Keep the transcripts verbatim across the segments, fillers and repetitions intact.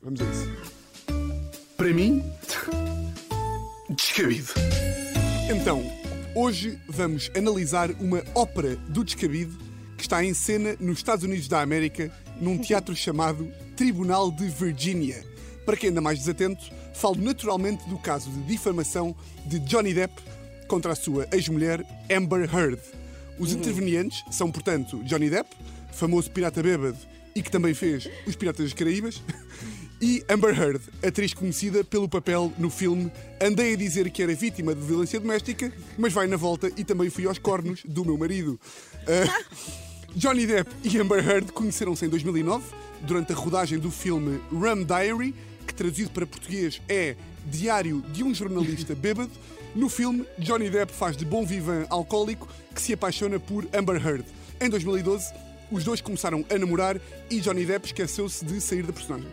Vamos a isso. Para mim, descabido. Então, hoje vamos analisar uma ópera do descabido que está em cena nos Estados Unidos da América, num teatro chamado Tribunal de Virgínia. Para quem anda mais desatento, falo naturalmente do caso de difamação de Johnny Depp contra a sua ex-mulher Amber Heard. Os intervenientes são, portanto, Johnny Depp, famoso pirata bêbado e que também fez Os Piratas das Caraíbas, e Amber Heard, atriz conhecida pelo papel no filme Andei a dizer que era vítima de violência doméstica, mas vai na volta e também fui aos cornos do meu marido. Uh, Johnny Depp e Amber Heard conheceram-se em dois mil e nove, durante a rodagem do filme Rum Diary, que traduzido para português é Diário de um Jornalista Bêbado. No filme, Johnny Depp faz de bom vivant alcoólico que se apaixona por Amber Heard. Em dois mil e doze, os dois começaram a namorar e Johnny Depp esqueceu-se de sair da personagem.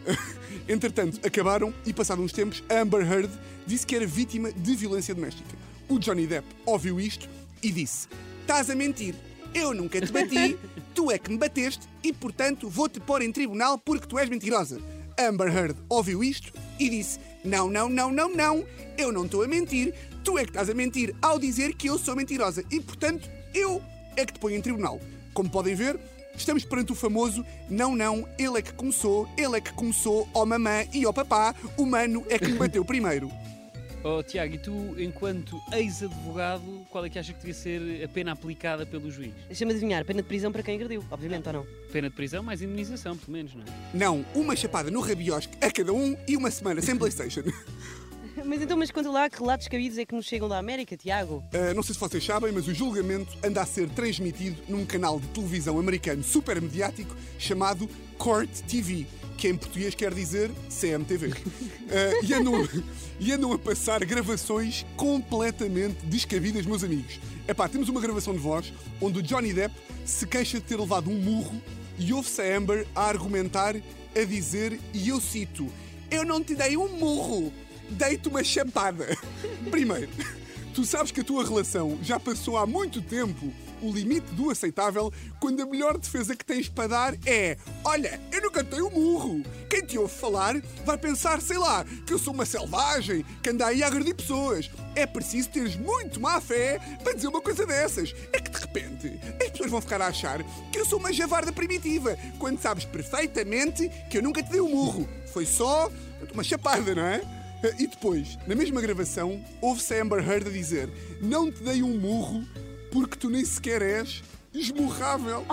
Entretanto, acabaram e, passados uns tempos, a Amber Heard disse que era vítima de violência doméstica. O Johnny Depp ouviu isto e disse: "Estás a mentir, eu nunca te bati, tu é que me bateste e, portanto, vou-te pôr em tribunal porque tu és mentirosa." A Amber Heard ouviu isto e disse: "Não, não, não, não, não, eu não estou a mentir, tu é que estás a mentir ao dizer que eu sou mentirosa e, portanto, eu é que te ponho em tribunal." Como podem ver, estamos perante o famoso "não, não, ele é que começou, ele é que começou, ó mamã e ó papá, o mano é que me bateu primeiro." Oh, Tiago, e tu, enquanto ex-advogado, qual é que achas que devia ser a pena aplicada pelo juiz? Deixa-me adivinhar, pena de prisão para quem agrediu, obviamente, ou não? Pena de prisão, mais indemnização, pelo menos, não é? Não, uma chapada no rabiosque a cada um e uma semana sem PlayStation. Mas então, mas conta lá que relatos cabidos é que nos chegam da América, Tiago? Uh, não sei se vocês sabem, mas o julgamento anda a ser transmitido num canal de televisão americano super mediático chamado Court T V, que em português quer dizer C M T V. Uh, e, andam, e andam a passar gravações completamente descabidas, meus amigos. Epá, temos uma gravação de voz onde o Johnny Depp se queixa de ter levado um murro e ouve-se a Amber a argumentar, a dizer, e eu cito: "Eu não te dei um murro, dei-te uma chapada." Primeiro, tu sabes que a tua relação já passou há muito tempo o limite do aceitável, quando a melhor defesa que tens para dar é: "Olha, eu nunca dei um murro." Quem te ouve falar vai pensar, sei lá, que eu sou uma selvagem, que anda aí a agredir pessoas. É preciso teres muito má fé para dizer uma coisa dessas. É que de repente as pessoas vão ficar a achar que eu sou uma javarda primitiva, quando sabes perfeitamente que eu nunca te dei um murro. Foi só uma chapada, não é? E depois, na mesma gravação, ouve-se a Amber Heard a dizer: "Não te dei um murro porque tu nem sequer és esmurrável."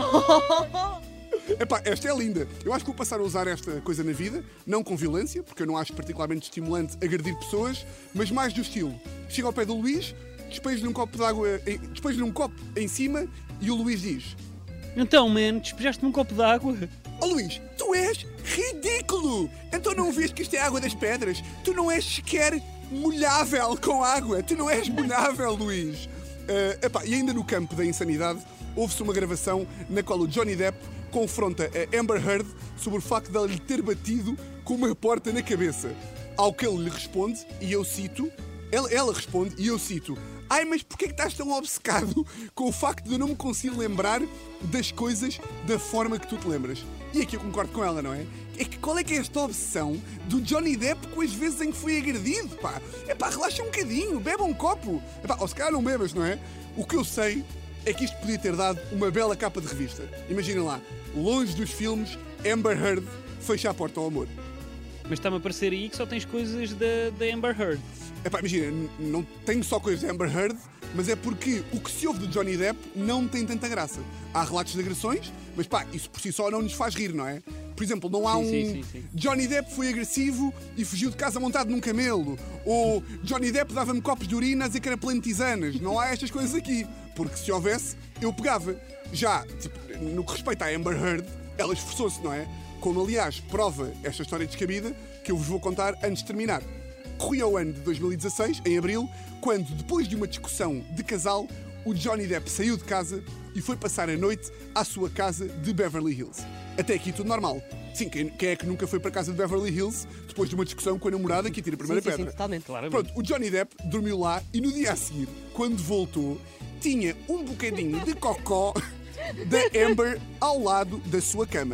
Epá, esta é linda. Eu acho que vou passar a usar esta coisa na vida, não com violência, porque eu não acho particularmente estimulante agredir pessoas, mas mais do estilo: chega ao pé do Luís, despejo-lhe um copo de água, despejo-lhe um copo em cima e o Luís diz: "Então, man, despejaste-me um copo de água?" "Oh Luís, tu és ridículo! Então não vês que isto é água das pedras? Tu não és sequer molhável com água! Tu não és molhável, Luís!" Uh, epá, e ainda no campo da insanidade, houve-se uma gravação na qual o Johnny Depp confronta a Amber Heard sobre o facto de ela lhe ter batido com uma porta na cabeça. Ao que ele lhe responde, e eu cito, ela, ela responde, e eu cito: "Ai, mas porquê que estás tão obcecado com o facto de eu não me conseguir lembrar das coisas da forma que tu te lembras?" E aqui eu concordo com ela, não é? É que qual é que é esta obsessão do Johnny Depp com as vezes em que foi agredido, pá? É pá, relaxa um bocadinho, bebe um copo. É pá, ou se calhar não bebas, não é? O que eu sei é que isto podia ter dado uma bela capa de revista. Imaginem lá, longe dos filmes, Amber Heard fecha a porta ao amor. Mas está-me a parecer aí que só tens coisas da, da Amber Heard. É pá, imagina, não tenho só coisas de Amber Heard, mas é porque o que se ouve do Johnny Depp não tem tanta graça. Há relatos de agressões, mas pá, isso por si só não nos faz rir, não é? Por exemplo, não há sim, um sim, sim, sim. Johnny Depp foi agressivo e fugiu de casa montado num camelo. Ou Johnny Depp dava-me copos de urina a dizer que era pleno de tisanas. Não há estas coisas aqui. Porque se houvesse, eu pegava. Já, tipo, no que respeita à Amber Heard, ela esforçou-se, não é? Como, aliás, prova esta história descabida que eu vos vou contar antes de terminar. Corria o ano de dois mil e dezasseis, em abril, quando, depois de uma discussão de casal, o Johnny Depp saiu de casa e foi passar a noite à sua casa de Beverly Hills. Até aqui tudo normal. Sim, quem, quem é que nunca foi para casa de Beverly Hills depois de uma discussão com a namorada que tira a primeira sim, sim, pedra? Sim, totalmente, claramente. Pronto, o Johnny Depp dormiu lá e no dia a seguir, quando voltou, tinha um bocadinho de cocó da Amber ao lado da sua cama.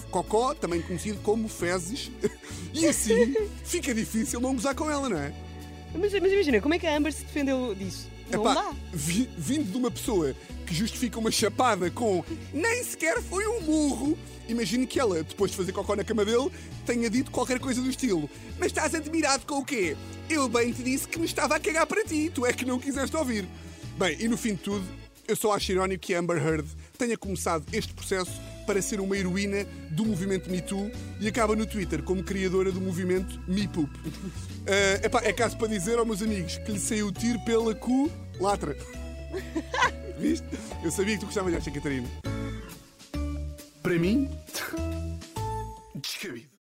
cocó, também conhecido como fezes, e assim fica difícil não gozar com ela, não é? Mas, mas imagina, como é que a Amber se defendeu disso? Não Epá, dá. vi- vindo de uma pessoa que justifica uma chapada com nem sequer foi um murro, imagino que ela, depois de fazer cocó na cama dele, tenha dito qualquer coisa do estilo: mas estás admirado com o quê? Eu bem te disse que me estava a cagar para ti, tu é que não quiseste ouvir. Bem, e no fim de tudo, eu só acho irónico que a Amber Heard tenha começado este processo para ser uma heroína do movimento Me Too e acaba no Twitter como criadora do movimento Me Poop. Uh, epá, é caso para dizer aos meus amigos que lhe saiu o tiro pela culatra. Viste? Eu sabia que tu gostavas desta, Catarina. Para mim, descabido.